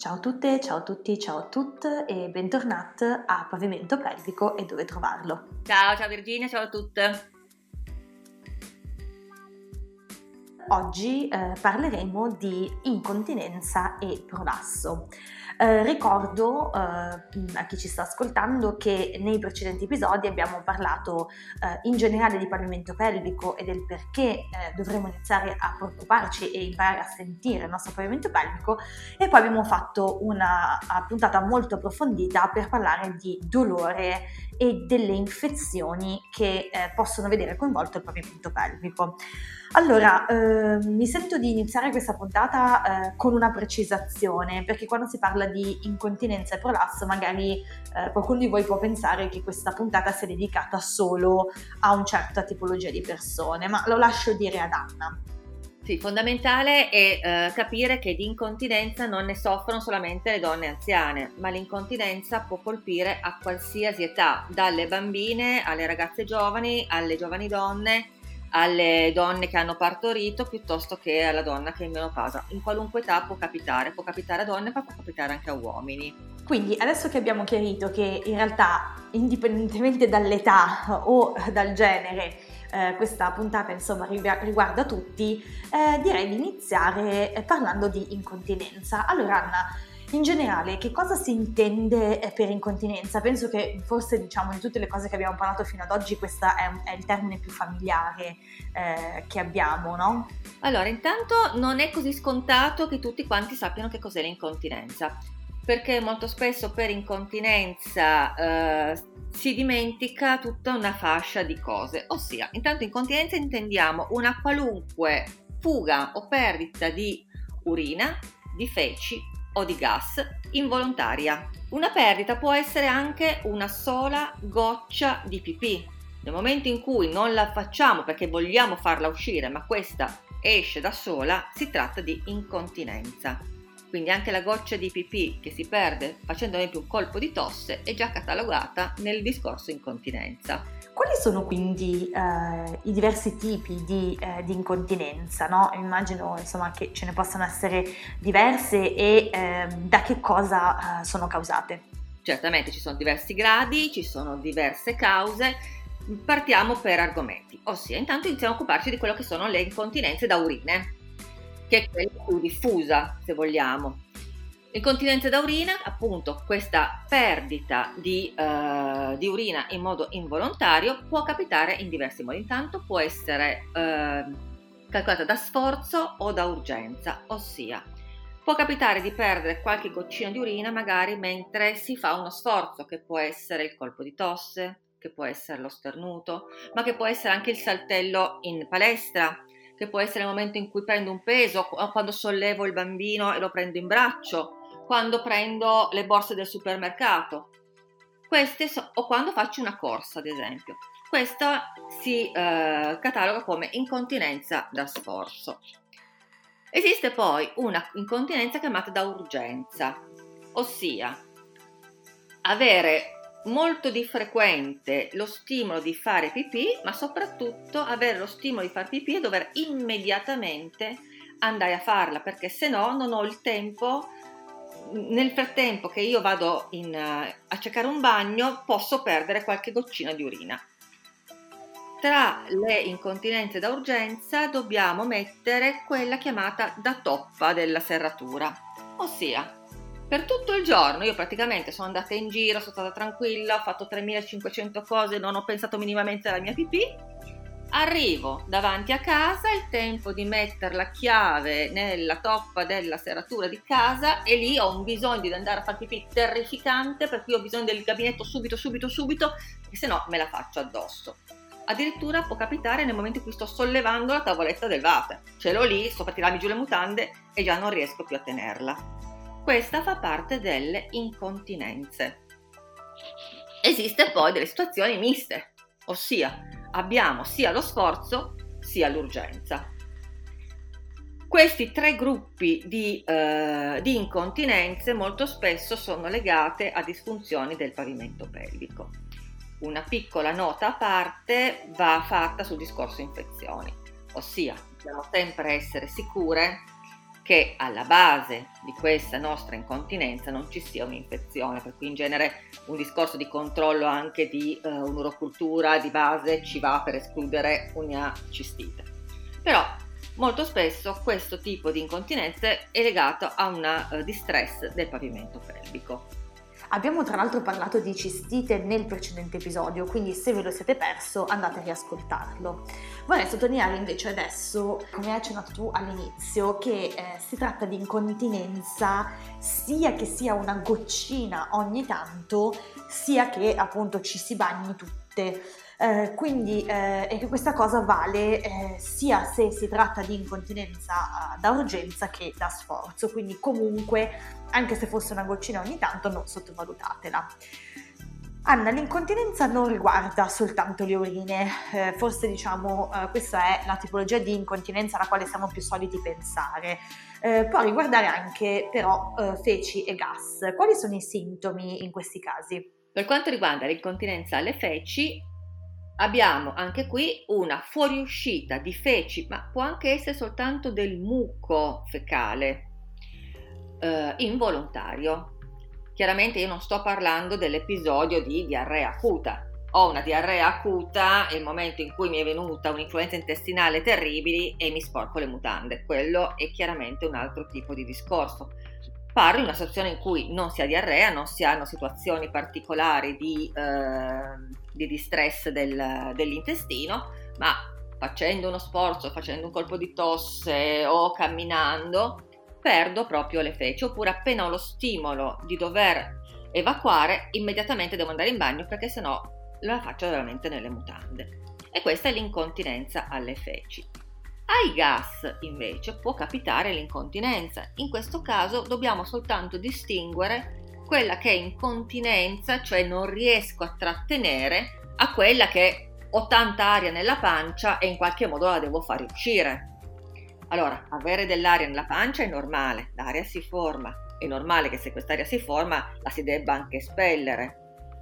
Ciao a tutte, ciao a tutti, ciao a tutte e bentornati a Pavimento Pelvico e dove trovarlo. Ciao Virginia, ciao a tutte. Oggi parleremo di incontinenza e prolasso. Ricordo a chi ci sta ascoltando che nei precedenti episodi abbiamo parlato in generale di pavimento pelvico e del perché dovremmo iniziare a preoccuparci e imparare a sentire il nostro pavimento pelvico, e poi abbiamo fatto una puntata molto approfondita per parlare di dolore e delle infezioni che possono vedere coinvolto il pavimento pelvico. Allora, mi sento di iniziare questa puntata con una precisazione, perché quando si parla di incontinenza e prolasso magari qualcuno di voi può pensare che questa puntata sia dedicata solo a una certa tipologia di persone, ma lo lascio dire ad Anna. Sì, fondamentale è capire che di incontinenza non ne soffrono solamente le donne anziane, ma l'incontinenza può colpire a qualsiasi età, dalle bambine alle ragazze giovani, alle giovani donne, alle donne che hanno partorito, piuttosto che alla donna che è in menopausa. In qualunque età può capitare a donne, ma può capitare anche a uomini. Quindi adesso che abbiamo chiarito che in realtà, indipendentemente dall'età o dal genere, questa puntata insomma riguarda tutti, direi di iniziare parlando di incontinenza. Allora Anna, in generale che cosa si intende per incontinenza? Penso che forse di tutte le cose che abbiamo parlato fino ad oggi questo è il termine più familiare che abbiamo, no? Allora, intanto non è così scontato che tutti quanti sappiano che cos'è l'incontinenza, perché molto spesso per incontinenza si dimentica tutta una fascia di cose, ossia, intanto incontinenza intendiamo una qualunque fuga o perdita di urina, di feci o di gas involontaria. Una perdita può essere anche una sola goccia di pipì. Nel momento in cui non la facciamo perché vogliamo farla uscire, ma questa esce da sola, si tratta di incontinenza. Quindi anche la goccia di pipì che si perde facendo ad esempio un colpo di tosse è già catalogata nel discorso incontinenza. Quali sono quindi i diversi tipi di incontinenza? No? Immagino insomma che ce ne possano essere diverse e da che cosa sono causate. Certamente ci sono diversi gradi, ci sono diverse cause. Partiamo per argomenti, ossia intanto iniziamo a occuparci di quello che sono le incontinenze da urine, che è quella più diffusa, se vogliamo. Incontinenza da urina, appunto, questa perdita di urina in modo involontario può capitare in diversi modi. Intanto può essere calcolata da sforzo o da urgenza, ossia può capitare di perdere qualche goccina di urina magari mentre si fa uno sforzo, che può essere il colpo di tosse, che può essere lo starnuto, ma che può essere anche il saltello in palestra, che può essere il momento in cui prendo un peso, o quando sollevo il bambino e lo prendo in braccio, quando prendo le borse del supermercato, o quando faccio una corsa ad esempio. Questa si cataloga come incontinenza da sforzo. Esiste poi una incontinenza chiamata da urgenza, ossia avere molto di frequente lo stimolo di fare pipì, ma soprattutto avere lo stimolo di fare pipì e dover immediatamente andare a farla, perché se no non ho il tempo. Nel frattempo che io vado a cercare un bagno posso perdere qualche goccina di urina. Tra le incontinenze da urgenza dobbiamo mettere quella chiamata da toppa della serratura, ossia per tutto il giorno io praticamente sono andata in giro, sono stata tranquilla, ho fatto 3500 cose, non ho pensato minimamente alla mia pipì, arrivo davanti a casa, è il tempo di mettere la chiave nella toppa della serratura di casa e lì ho un bisogno di andare a fare pipì terrificante, per cui ho bisogno del gabinetto subito, perché se no me la faccio addosso. Addirittura può capitare nel momento in cui sto sollevando la tavoletta del water, ce l'ho lì, sto per tirarmi giù le mutande e già non riesco più a tenerla. Questa fa parte delle incontinenze. Esiste poi delle situazioni miste, ossia abbiamo sia lo sforzo sia l'urgenza. Questi tre gruppi di incontinenze molto spesso sono legate a disfunzioni del pavimento pelvico. Una piccola nota a parte va fatta sul discorso infezioni, ossia dobbiamo sempre essere sicure che alla base di questa nostra incontinenza non ci sia un'infezione, per cui in genere un discorso di controllo anche di un'urocultura di base ci va per escludere una cistite. Però molto spesso questo tipo di incontinenze è legato a una distress del pavimento pelvico. Abbiamo tra l'altro parlato di cistite nel precedente episodio, quindi se ve lo siete perso andate a riascoltarlo. Vorrei sottolineare invece adesso, come hai accennato tu all'inizio, che si tratta di incontinenza sia che sia una goccina ogni tanto, sia che appunto ci si bagni tutte. Quindi e che questa cosa vale sia se si tratta di incontinenza da urgenza che da sforzo, quindi comunque anche se fosse una goccina ogni tanto non sottovalutatela. Anna, l'incontinenza non riguarda soltanto le urine, forse diciamo questa è la tipologia di incontinenza alla quale siamo più soliti pensare. Può riguardare anche però feci e gas. Quali sono i sintomi in questi casi? Per quanto riguarda l'incontinenza alle feci, abbiamo anche qui una fuoriuscita di feci, ma può anche essere soltanto del muco fecale involontario. Chiaramente io non sto parlando dell'episodio di diarrea acuta. Ho una diarrea acuta è il momento in cui mi è venuta un'influenza intestinale terribile e mi sporco le mutande. Quello è chiaramente un altro tipo di discorso. Parlo in una situazione in cui non si ha diarrea, non si hanno situazioni particolari di distress dell'intestino, ma facendo uno sforzo, facendo un colpo di tosse o camminando, perdo proprio le feci, oppure appena ho lo stimolo di dover evacuare, immediatamente devo andare in bagno perché sennò la faccio veramente nelle mutande. E questa è l'incontinenza alle feci. Ai gas invece può capitare l'incontinenza. In questo caso dobbiamo soltanto distinguere quella che è incontinenza, cioè non riesco a trattenere, a quella che ho tanta aria nella pancia e in qualche modo la devo fare uscire. Allora, avere dell'aria nella pancia è normale, l'aria si forma, è normale che se quest'aria si forma la si debba anche espellere.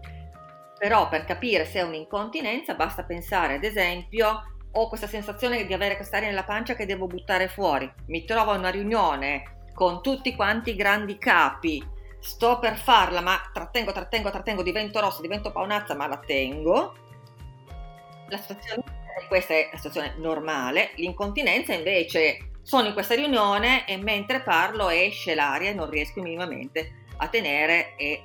Però per capire se è un'incontinenza basta pensare ad esempio ho questa sensazione di avere quest'aria nella pancia che devo buttare fuori, mi trovo a una riunione con tutti quanti grandi capi, sto per farla ma trattengo, divento rossa, divento paonazza ma la tengo. La situazione questa è la situazione normale, l'incontinenza invece sono in questa riunione e mentre parlo esce l'aria e non riesco minimamente a tenere e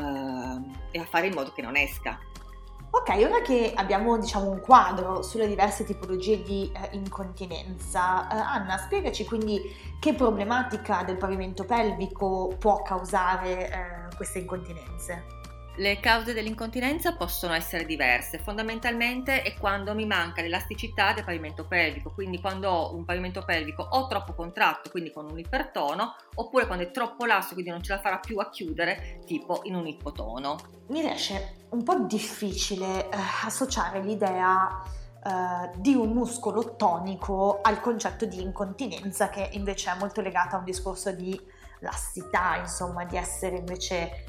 a fare in modo che non esca. Ok, ora che abbiamo diciamo un quadro sulle diverse tipologie di incontinenza, Anna, spiegaci quindi che problematica del pavimento pelvico può causare queste incontinenze. Le cause dell'incontinenza possono essere diverse, fondamentalmente è quando mi manca l'elasticità del pavimento pelvico, quindi quando ho un pavimento pelvico o troppo contratto, quindi con un ipertono, oppure quando è troppo lasso, quindi non ce la farà più a chiudere, tipo in un ipotono. Mi riesce un po' difficile associare l'idea di un muscolo tonico al concetto di incontinenza, che invece è molto legata a un discorso di lassità, insomma, di essere invece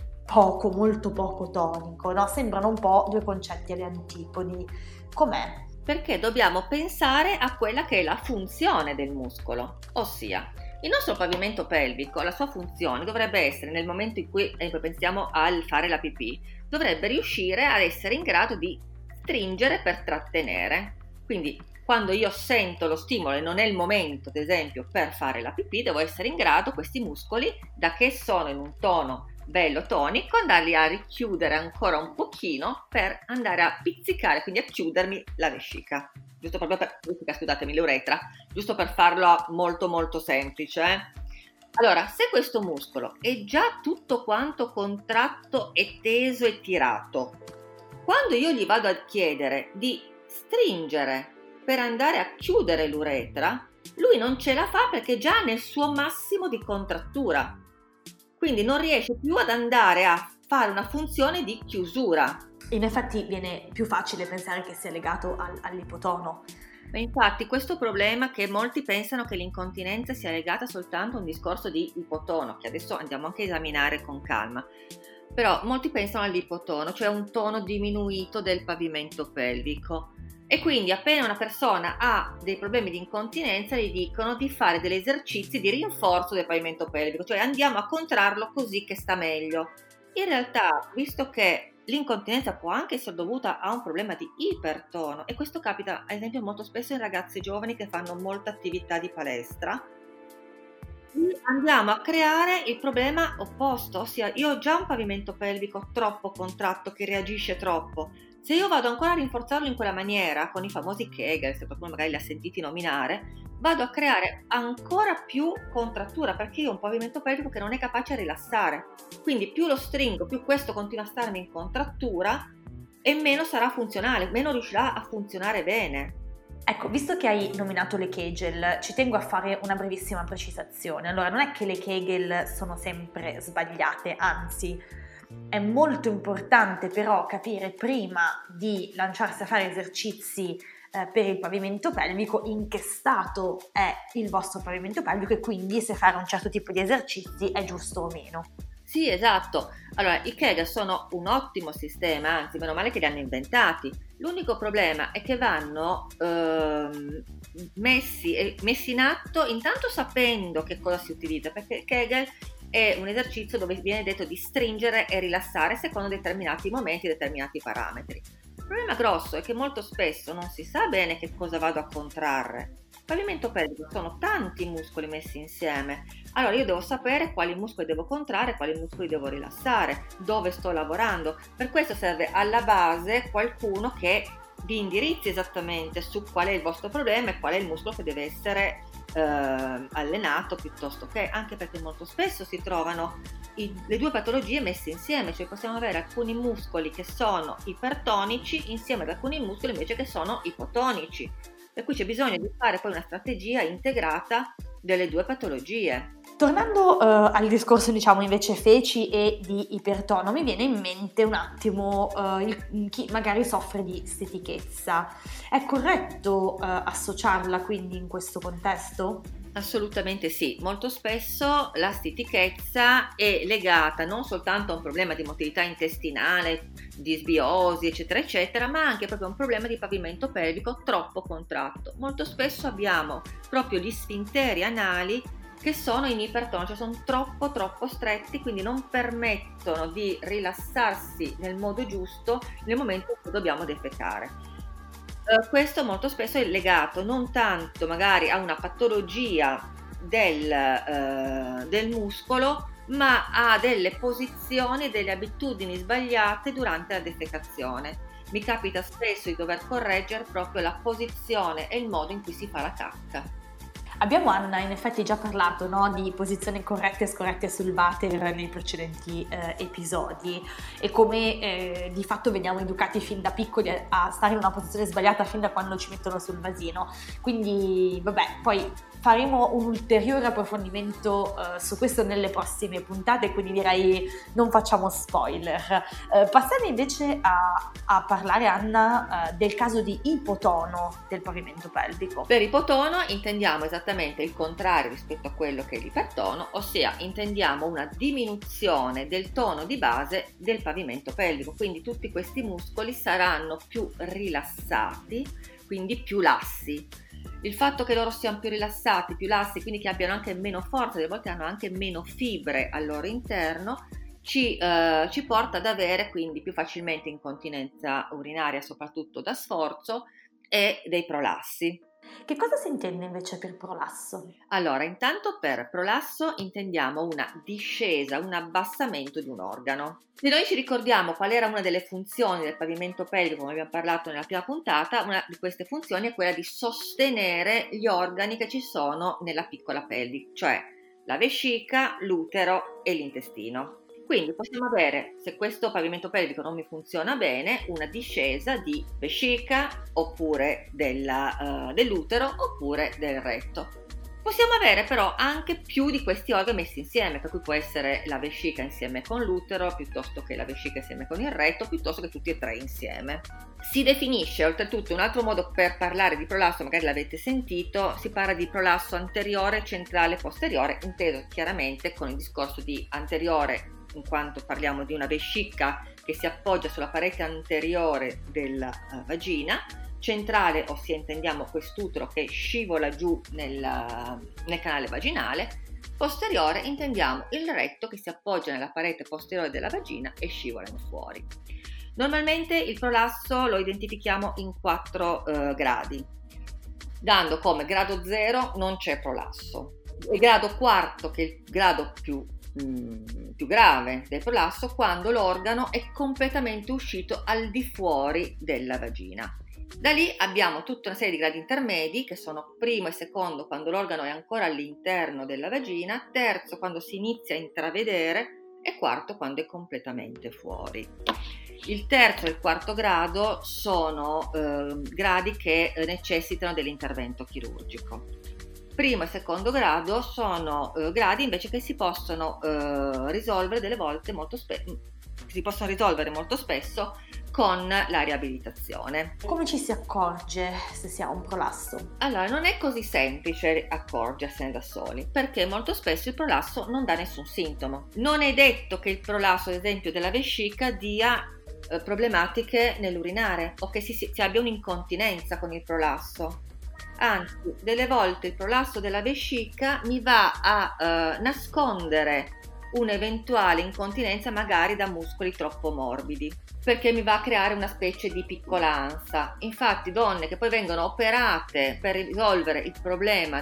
molto poco tonico, no? Sembrano un po' due concetti agli antipodi. Com'è? Perché dobbiamo pensare a quella che è la funzione del muscolo, ossia il nostro pavimento pelvico, la sua funzione dovrebbe essere, nel momento in cui pensiamo al fare la pipì, dovrebbe riuscire ad essere in grado di stringere per trattenere. Quindi quando io sento lo stimolo e non è il momento, ad esempio, per fare la pipì, devo essere in grado, questi muscoli, da che sono in un tono bello tonico, andarli a richiudere ancora un pochino per andare a pizzicare, quindi a chiudermi la vescica, giusto proprio per, scusatemi, l'uretra, giusto per farlo molto molto semplice. Allora, se questo muscolo è già tutto quanto contratto e teso e tirato, quando io gli vado a chiedere di stringere per andare a chiudere l'uretra, lui non ce la fa perché è già nel suo massimo di contrattura. Quindi non riesce più ad andare a fare una funzione di chiusura. In effetti viene più facile pensare che sia legato all'ipotono. Ma infatti questo problema che molti pensano che l'incontinenza sia legata soltanto a un discorso di ipotono, che adesso andiamo anche a esaminare con calma. Però molti pensano all'ipotono, cioè un tono diminuito del pavimento pelvico. E quindi appena una persona ha dei problemi di incontinenza gli dicono di fare degli esercizi di rinforzo del pavimento pelvico, cioè andiamo a contrarlo così che sta meglio. In realtà, visto che l'incontinenza può anche essere dovuta a un problema di ipertono, e questo capita ad esempio molto spesso in ragazzi giovani che fanno molta attività di palestra, andiamo a creare il problema opposto, ossia io ho già un pavimento pelvico troppo contratto che reagisce troppo. Se io vado ancora a rinforzarlo in quella maniera, con i famosi Kegel, se qualcuno magari li ha sentiti nominare, vado a creare ancora più contrattura, perché io ho un pavimento pelvico che non è capace a rilassare. Quindi più lo stringo, più questo continua a starmi in contrattura e meno sarà funzionale, meno riuscirà a funzionare bene. Ecco, visto che hai nominato le Kegel, ci tengo a fare una brevissima precisazione. Allora, non è che le Kegel sono sempre sbagliate, anzi, è molto importante però capire prima di lanciarsi a fare esercizi per il pavimento pelvico in che stato è il vostro pavimento pelvico e quindi se fare un certo tipo di esercizi è giusto o meno. Sì, esatto. Allora, i Kegel sono un ottimo sistema, anzi, meno male che li hanno inventati. L'unico problema è che vanno messi in atto intanto sapendo che cosa si utilizza, perché il Kegel è un esercizio dove viene detto di stringere e rilassare secondo determinati momenti, determinati parametri. Il problema grosso è che molto spesso non si sa bene che cosa vado a contrarre. Il pavimento pelvico sono tanti muscoli messi insieme, allora io devo sapere quali muscoli devo contrarre, quali muscoli devo rilassare, dove sto lavorando. Per questo serve alla base qualcuno che vi indirizzi esattamente su qual è il vostro problema e qual è il muscolo che deve essere allenato, piuttosto che, anche perché molto spesso si trovano le due patologie messe insieme, cioè possiamo avere alcuni muscoli che sono ipertonici insieme ad alcuni muscoli invece che sono ipotonici, per cui c'è bisogno di fare poi una strategia integrata delle due patologie. Tornando al discorso diciamo invece feci e di ipertono, mi viene in mente un attimo chi magari soffre di stitichezza. È corretto associarla quindi in questo contesto? Assolutamente sì, molto spesso la stitichezza è legata non soltanto a un problema di motilità intestinale, di sbiosi eccetera eccetera, ma anche proprio a un problema di pavimento pelvico troppo contratto. Molto spesso abbiamo proprio gli sfinteri anali che sono in ipertono, cioè sono troppo stretti, quindi non permettono di rilassarsi nel modo giusto nel momento in cui dobbiamo defecare. Questo molto spesso è legato non tanto magari a una patologia del muscolo, ma a delle posizioni e delle abitudini sbagliate durante la defecazione. Mi capita spesso di dover correggere proprio la posizione e il modo in cui si fa la cacca. Abbiamo, Anna, in effetti già parlato, no, di posizioni corrette e scorrette sul water nei precedenti episodi e come di fatto veniamo educati fin da piccoli a stare in una posizione sbagliata fin da quando ci mettono sul vasino. Quindi, vabbè, poi faremo un ulteriore approfondimento su questo nelle prossime puntate, quindi direi non facciamo spoiler. Passiamo invece a parlare, Anna, del caso di ipotono del pavimento pelvico. Per ipotono intendiamo esattamente il contrario rispetto a quello che è l'ipertono, ossia intendiamo una diminuzione del tono di base del pavimento pelvico, quindi tutti questi muscoli saranno più rilassati, quindi più lassi. Il fatto che loro siano più rilassati, più lassi, quindi che abbiano anche meno forza, delle volte hanno anche meno fibre al loro interno, ci porta ad avere quindi più facilmente incontinenza urinaria, soprattutto da sforzo, e dei prolassi. Che cosa si intende invece per prolasso? Allora, intanto per prolasso intendiamo una discesa, un abbassamento di un organo. Se noi ci ricordiamo qual era una delle funzioni del pavimento pelvico, come abbiamo parlato nella prima puntata, una di queste funzioni è quella di sostenere gli organi che ci sono nella piccola pelvice, cioè la vescica, l'utero e l'intestino. Quindi possiamo avere, se questo pavimento pelvico non mi funziona bene, una discesa di vescica oppure dell'utero oppure del retto. Possiamo avere però anche più di questi organi messi insieme, per cui può essere la vescica insieme con l'utero, piuttosto che la vescica insieme con il retto, piuttosto che tutti e tre insieme. Si definisce oltretutto un altro modo per parlare di prolasso, magari l'avete sentito, si parla di prolasso anteriore, centrale, posteriore, inteso chiaramente con il discorso di anteriore, in quanto parliamo di una vescica che si appoggia sulla parete anteriore della vagina, centrale, ossia intendiamo quest'utero che scivola giù nel canale vaginale. Posteriore intendiamo il retto che si appoggia nella parete posteriore della vagina e scivolano fuori. Normalmente il prolasso lo identifichiamo in 4 gradi, dando come grado 0 non c'è prolasso. Il grado quarto, che è il grado più grave del prolasso, quando l'organo è completamente uscito al di fuori della vagina. Da lì abbiamo tutta una serie di gradi intermedi, che sono primo e secondo quando l'organo è ancora all'interno della vagina, terzo quando si inizia a intravedere e quarto quando è completamente fuori. Il terzo e il quarto grado sono gradi che necessitano dell'intervento chirurgico. Primo e secondo grado sono gradi invece che si possono risolvere delle volte molto spesso con la riabilitazione. Come ci si accorge se si ha un prolasso? Allora, non è così semplice accorgersene da soli, perché molto spesso il prolasso non dà nessun sintomo. Non è detto che il prolasso, ad esempio, della vescica dia problematiche nell'urinare o che si abbia un'incontinenza con il prolasso. Anzi, delle volte il prolasso della vescica mi va a nascondere un'eventuale incontinenza magari da muscoli troppo morbidi, perché mi va a creare una specie di piccola ansa. Infatti donne che poi vengono operate per risolvere il problema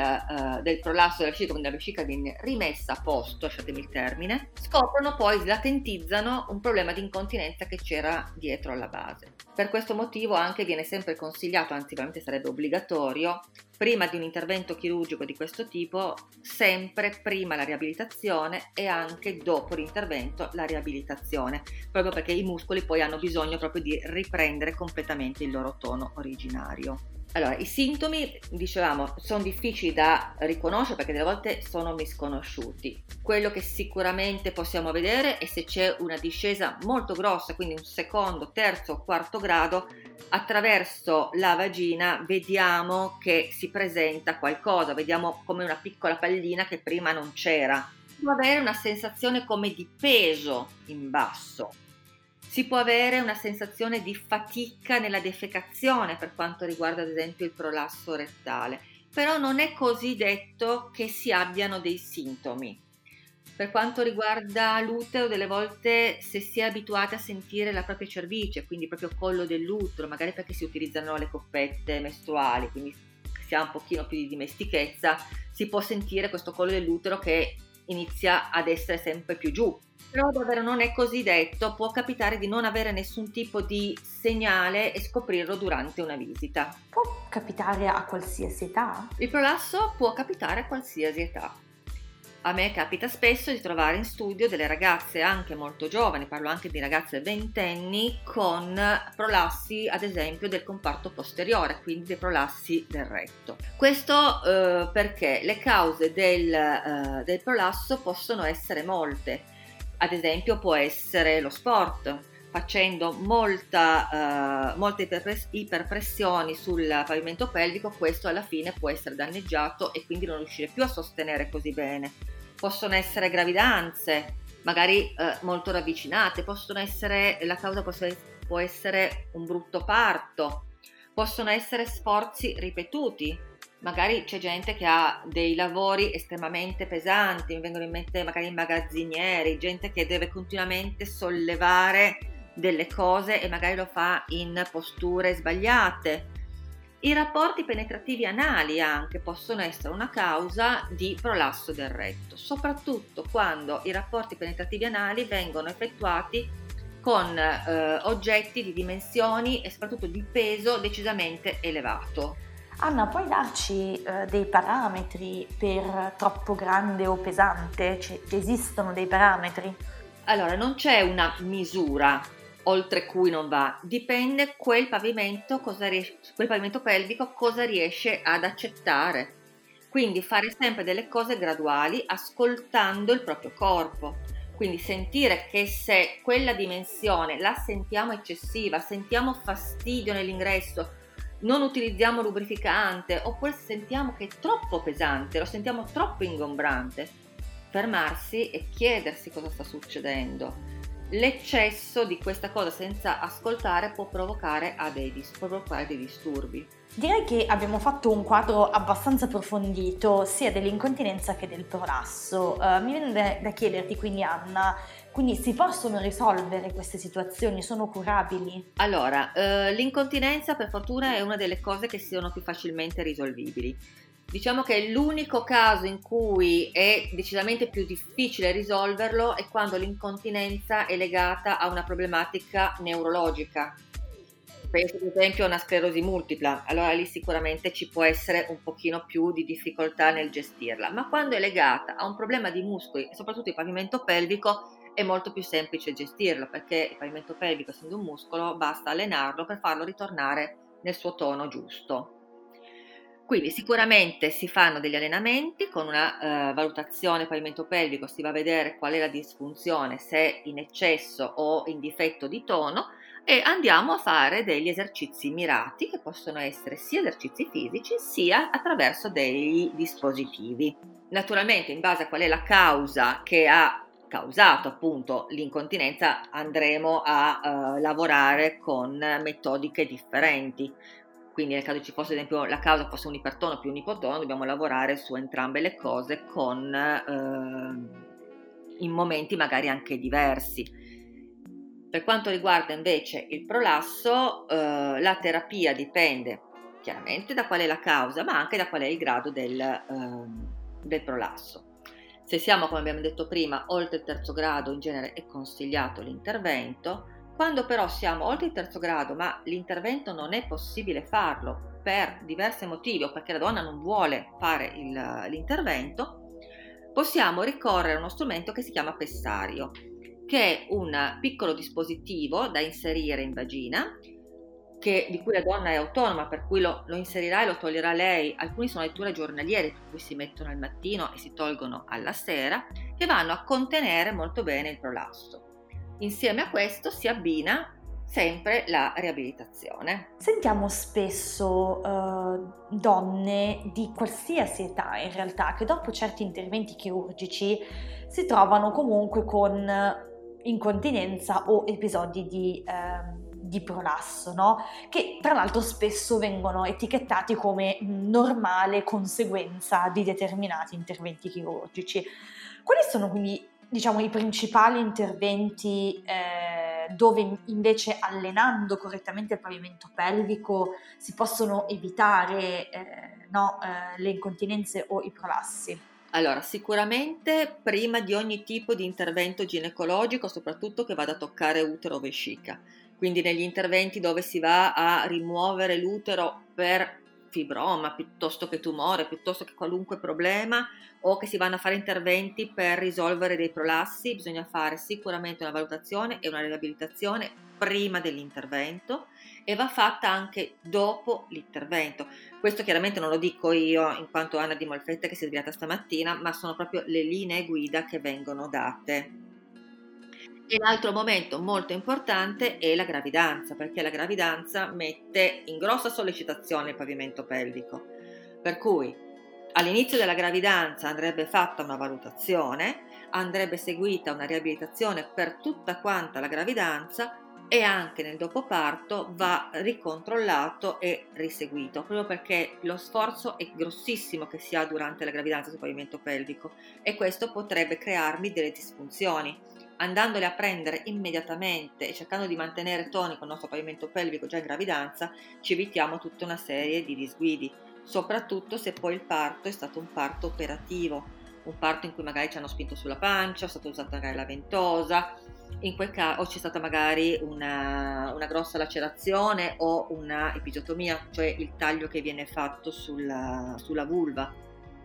del prolasso della vescica, quindi la vescica viene rimessa a posto, lasciatemi il termine, scoprono poi, latentizzano un problema di incontinenza che c'era dietro alla base. Per questo motivo anche viene sempre consigliato, anzi veramente sarebbe obbligatorio, prima di un intervento chirurgico di questo tipo, sempre prima la riabilitazione e anche dopo l'intervento la riabilitazione, proprio perché i muscoli poi hanno bisogno proprio di riprendere completamente il loro tono originario. Allora, i sintomi, dicevamo, sono difficili da riconoscere perché delle volte sono misconosciuti. Quello che sicuramente possiamo vedere è se c'è una discesa molto grossa, quindi un secondo, terzo o quarto grado, attraverso la vagina vediamo che si presenta qualcosa, vediamo come una piccola pallina che prima non c'era. Si può avere una sensazione come di peso in basso. Si può avere una sensazione di fatica nella defecazione per quanto riguarda ad esempio il prolasso rettale, però non è così detto che si abbiano dei sintomi. Per quanto riguarda l'utero, delle volte se si è abituati a sentire la propria cervice, quindi proprio collo dell'utero, magari perché si utilizzano le coppette mestruali, quindi si ha un pochino più di dimestichezza, si può sentire questo collo dell'utero che inizia ad essere sempre più giù. Però davvero non è così detto, può capitare di non avere nessun tipo di segnale e scoprirlo durante una visita. Può capitare a qualsiasi età? Il prolasso può capitare a qualsiasi età. A me capita spesso di trovare in studio delle ragazze anche molto giovani, parlo anche di ragazze ventenni, con prolassi ad esempio del comparto posteriore, quindi dei prolassi del retto. Questo perché le cause del prolasso possono essere molte. Ad esempio può essere lo sport, facendo molte iperpressioni sul pavimento pelvico, questo alla fine può essere danneggiato e quindi non riuscire più a sostenere così bene. Possono essere gravidanze, magari molto ravvicinate, la causa può essere un brutto parto, possono essere sforzi ripetuti. Magari c'è gente che ha dei lavori estremamente pesanti, mi vengono in mente magari i magazzinieri, gente che deve continuamente sollevare delle cose e magari lo fa in posture sbagliate. I rapporti penetrativi anali anche possono essere una causa di prolasso del retto, soprattutto quando i rapporti penetrativi anali vengono effettuati con oggetti di dimensioni e soprattutto di peso decisamente elevato. Anna, puoi darci dei parametri per troppo grande o pesante? Esistono dei parametri? Allora, non c'è una misura oltre cui non va, dipende quel pavimento pelvico cosa riesce ad accettare. Quindi fare sempre delle cose graduali ascoltando il proprio corpo. Quindi sentire che se quella dimensione la sentiamo eccessiva, sentiamo fastidio nell'ingresso, non utilizziamo lubrificante, oppure sentiamo che è troppo pesante, lo sentiamo troppo ingombrante, fermarsi e chiedersi cosa sta succedendo. l'eccesso di questa cosa senza ascoltare può provocare dei disturbi. Direi che abbiamo fatto un quadro abbastanza approfondito sia dell'incontinenza che del prolasso. Mi viene da chiederti quindi, Anna, quindi si possono risolvere queste situazioni? Sono curabili? Allora, l'incontinenza per fortuna è una delle cose che sono più facilmente risolvibili. Diciamo che l'unico caso in cui è decisamente più difficile risolverlo è quando l'incontinenza è legata a una problematica neurologica. Penso ad esempio a una sclerosi multipla, allora lì sicuramente ci può essere un pochino più di difficoltà nel gestirla, ma quando è legata a un problema di muscoli e soprattutto il pavimento pelvico è molto più semplice gestirlo, perché il pavimento pelvico, essendo un muscolo, basta allenarlo per farlo ritornare nel suo tono giusto. Quindi sicuramente si fanno degli allenamenti con una valutazione pavimento pelvico, si va a vedere qual è la disfunzione, se in eccesso o in difetto di tono, e andiamo a fare degli esercizi mirati che possono essere sia esercizi fisici sia attraverso dei dispositivi. Naturalmente in base a qual è la causa che ha causato appunto l'incontinenza andremo a lavorare con metodiche differenti. Quindi nel caso ci fosse ad esempio la causa fosse un ipertono più un ipotono, dobbiamo lavorare su entrambe le cose in momenti magari anche diversi. Per quanto riguarda invece il prolasso, la terapia dipende chiaramente da qual è la causa, ma anche da qual è il grado del prolasso. Se siamo, come abbiamo detto prima, oltre il terzo grado, in genere è consigliato l'intervento. Quando però siamo oltre il terzo grado, ma l'intervento non è possibile farlo per diversi motivi o perché la donna non vuole fare l'intervento, possiamo ricorrere a uno strumento che si chiama pessario, che è un piccolo dispositivo da inserire in vagina, di cui la donna è autonoma, per cui lo inserirà e lo toglierà lei. Alcuni sono letture giornaliere, per cui si mettono al mattino e si tolgono alla sera, che vanno a contenere molto bene il prolasso. Insieme a questo si abbina sempre la riabilitazione. Sentiamo spesso donne di qualsiasi età in realtà che dopo certi interventi chirurgici si trovano comunque con incontinenza o episodi di prolasso, no? Che tra l'altro spesso vengono etichettati come normale conseguenza di determinati interventi chirurgici. Quali sono quindi, diciamo, i principali interventi dove invece allenando correttamente il pavimento pelvico si possono evitare le incontinenze o i prolassi? Allora, sicuramente prima di ogni tipo di intervento ginecologico, soprattutto che vada a toccare utero o vescica, quindi negli interventi dove si va a rimuovere l'utero per fibroma piuttosto che tumore, piuttosto che qualunque problema, o che si vanno a fare interventi per risolvere dei prolassi, bisogna fare sicuramente una valutazione e una riabilitazione prima dell'intervento e va fatta anche dopo l'intervento. Questo chiaramente non lo dico io in quanto Anna di Molfetta che si è svegliata stamattina, ma sono proprio le linee guida che vengono date. E l'altro momento molto importante è la gravidanza, perché la gravidanza mette in grossa sollecitazione il pavimento pelvico, per cui all'inizio della gravidanza andrebbe fatta una valutazione, andrebbe seguita una riabilitazione per tutta quanta la gravidanza e anche nel dopoparto va ricontrollato e riseguito, proprio perché lo sforzo è grossissimo che si ha durante la gravidanza sul pavimento pelvico e questo potrebbe crearmi delle disfunzioni. Andandole a prendere immediatamente e cercando di mantenere tonico il nostro pavimento pelvico già in gravidanza, ci evitiamo tutta una serie di disguidi, soprattutto se poi il parto è stato un parto operativo, un parto in cui magari ci hanno spinto sulla pancia, è stata usata magari la ventosa, in quel caso o c'è stata magari una grossa lacerazione o una episiotomia, cioè il taglio che viene fatto sulla vulva.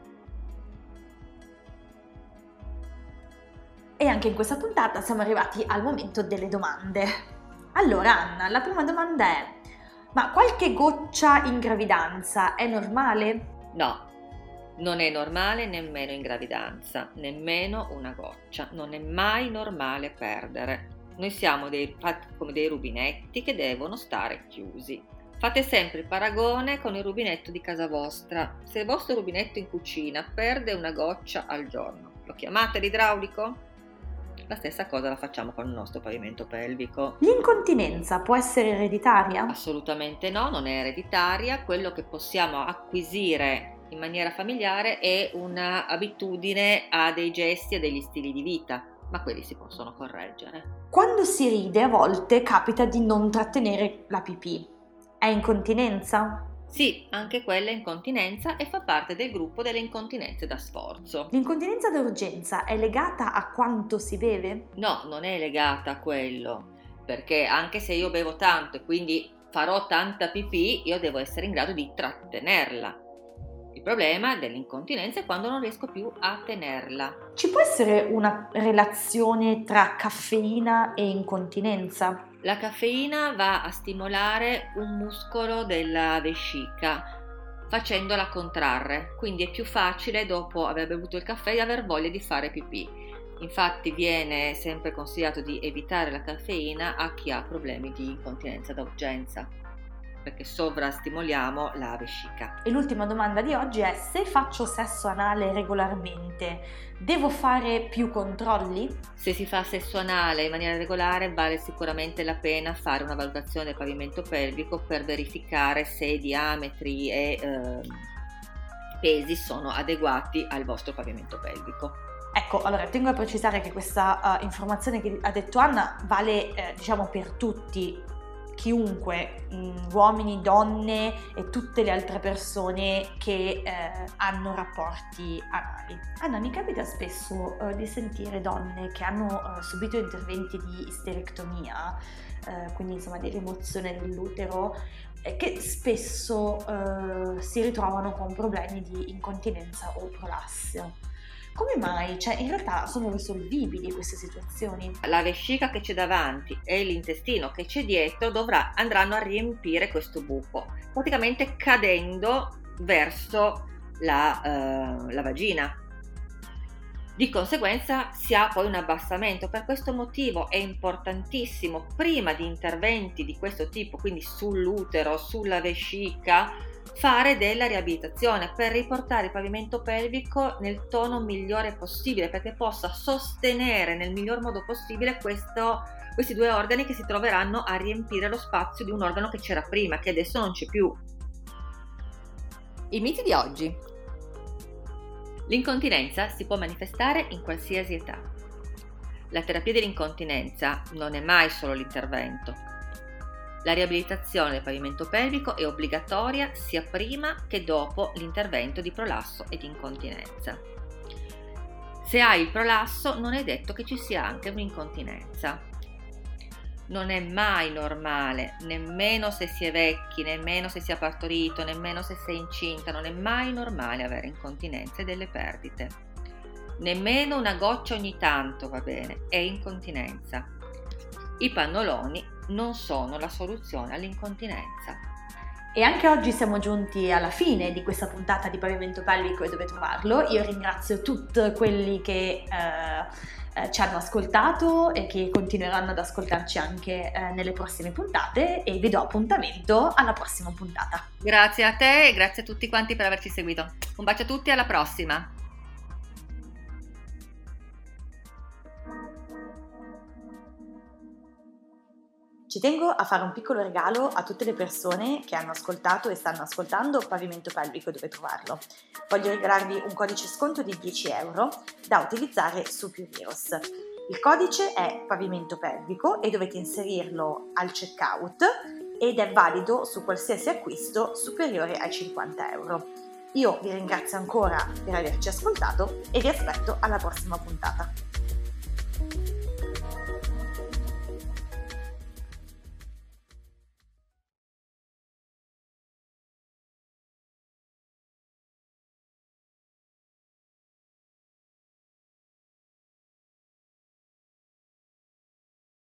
E anche in questa puntata siamo arrivati al momento delle domande. Allora Anna, la prima domanda è: ma qualche goccia in gravidanza è normale? No, non è normale nemmeno in gravidanza, nemmeno una goccia, non è mai normale perdere. Noi siamo come dei rubinetti che devono stare chiusi. Fate sempre il paragone con il rubinetto di casa vostra. Se il vostro rubinetto in cucina perde una goccia al giorno, lo chiamate l'idraulico? La stessa cosa la facciamo con il nostro pavimento pelvico. L'incontinenza può essere ereditaria? Assolutamente no, non è ereditaria. Quello che possiamo acquisire in maniera familiare è un'abitudine a dei gesti e degli stili di vita, ma quelli si possono correggere. Quando si ride a volte capita di non trattenere la pipì. È incontinenza? Sì, anche quella è incontinenza e fa parte del gruppo delle incontinenze da sforzo. L'incontinenza d'urgenza è legata a quanto si beve? No, non è legata a quello, perché anche se io bevo tanto e quindi farò tanta pipì, io devo essere in grado di trattenerla. Il problema dell'incontinenza è quando non riesco più a tenerla. Ci può essere una relazione tra caffeina e incontinenza? La caffeina va a stimolare un muscolo della vescica facendola contrarre, quindi è più facile dopo aver bevuto il caffè di aver voglia di fare pipì. Infatti viene sempre consigliato di evitare la caffeina a chi ha problemi di incontinenza da urgenza, perché sovrastimoliamo la vescica. E l'ultima domanda di oggi è: se faccio sesso anale regolarmente, devo fare più controlli? Se si fa sesso anale in maniera regolare vale sicuramente la pena fare una valutazione del pavimento pelvico per verificare se i diametri e pesi sono adeguati al vostro pavimento pelvico. Ecco, allora tengo a precisare che questa informazione che ha detto Anna vale per tutti, chiunque, uomini, donne e tutte le altre persone che hanno rapporti anali. Anna, mi capita spesso di sentire donne che hanno subito interventi di isterectomia, quindi insomma di rimozione dell'utero, che spesso si ritrovano con problemi di incontinenza o prolassio. Come mai? In realtà sono risolvibili queste situazioni. La vescica che c'è davanti e l'intestino che c'è dietro andranno a riempire questo buco, praticamente cadendo verso la vagina. Di conseguenza si ha poi un abbassamento. Per questo motivo è importantissimo, prima di interventi di questo tipo, quindi sull'utero, sulla vescica, fare della riabilitazione per riportare il pavimento pelvico nel tono migliore possibile, perché possa sostenere nel miglior modo possibile questi due organi che si troveranno a riempire lo spazio di un organo che c'era prima, che adesso non c'è più. I miti di oggi. L'incontinenza si può manifestare in qualsiasi età. La terapia dell'incontinenza non è mai solo l'intervento. La riabilitazione del pavimento pelvico è obbligatoria sia prima che dopo l'intervento di prolasso e di incontinenza. Se hai il prolasso non è detto che ci sia anche un'incontinenza. Non è mai normale, nemmeno se si è vecchi, nemmeno se si è partorito, nemmeno se sei incinta, non è mai normale avere incontinenza e delle perdite. Nemmeno una goccia ogni tanto va bene, è incontinenza. I pannoloni non sono la soluzione all'incontinenza. E anche oggi siamo giunti alla fine di questa puntata di Pavimento Pelvico e dove trovarlo. Io ringrazio tutti quelli che ci hanno ascoltato e che continueranno ad ascoltarci anche nelle prossime puntate, e vi do appuntamento alla prossima puntata. Grazie a te e grazie a tutti quanti per averci seguito. Un bacio a tutti e alla prossima! Ci tengo a fare un piccolo regalo a tutte le persone che hanno ascoltato e stanno ascoltando Pavimento Pelvico dove trovarlo. Voglio regalarvi un codice sconto di 10 euro da utilizzare su Puriros. Il codice è Pavimento Pelvico e dovete inserirlo al checkout ed è valido su qualsiasi acquisto superiore ai 50 euro. Io vi ringrazio ancora per averci ascoltato e vi aspetto alla prossima puntata.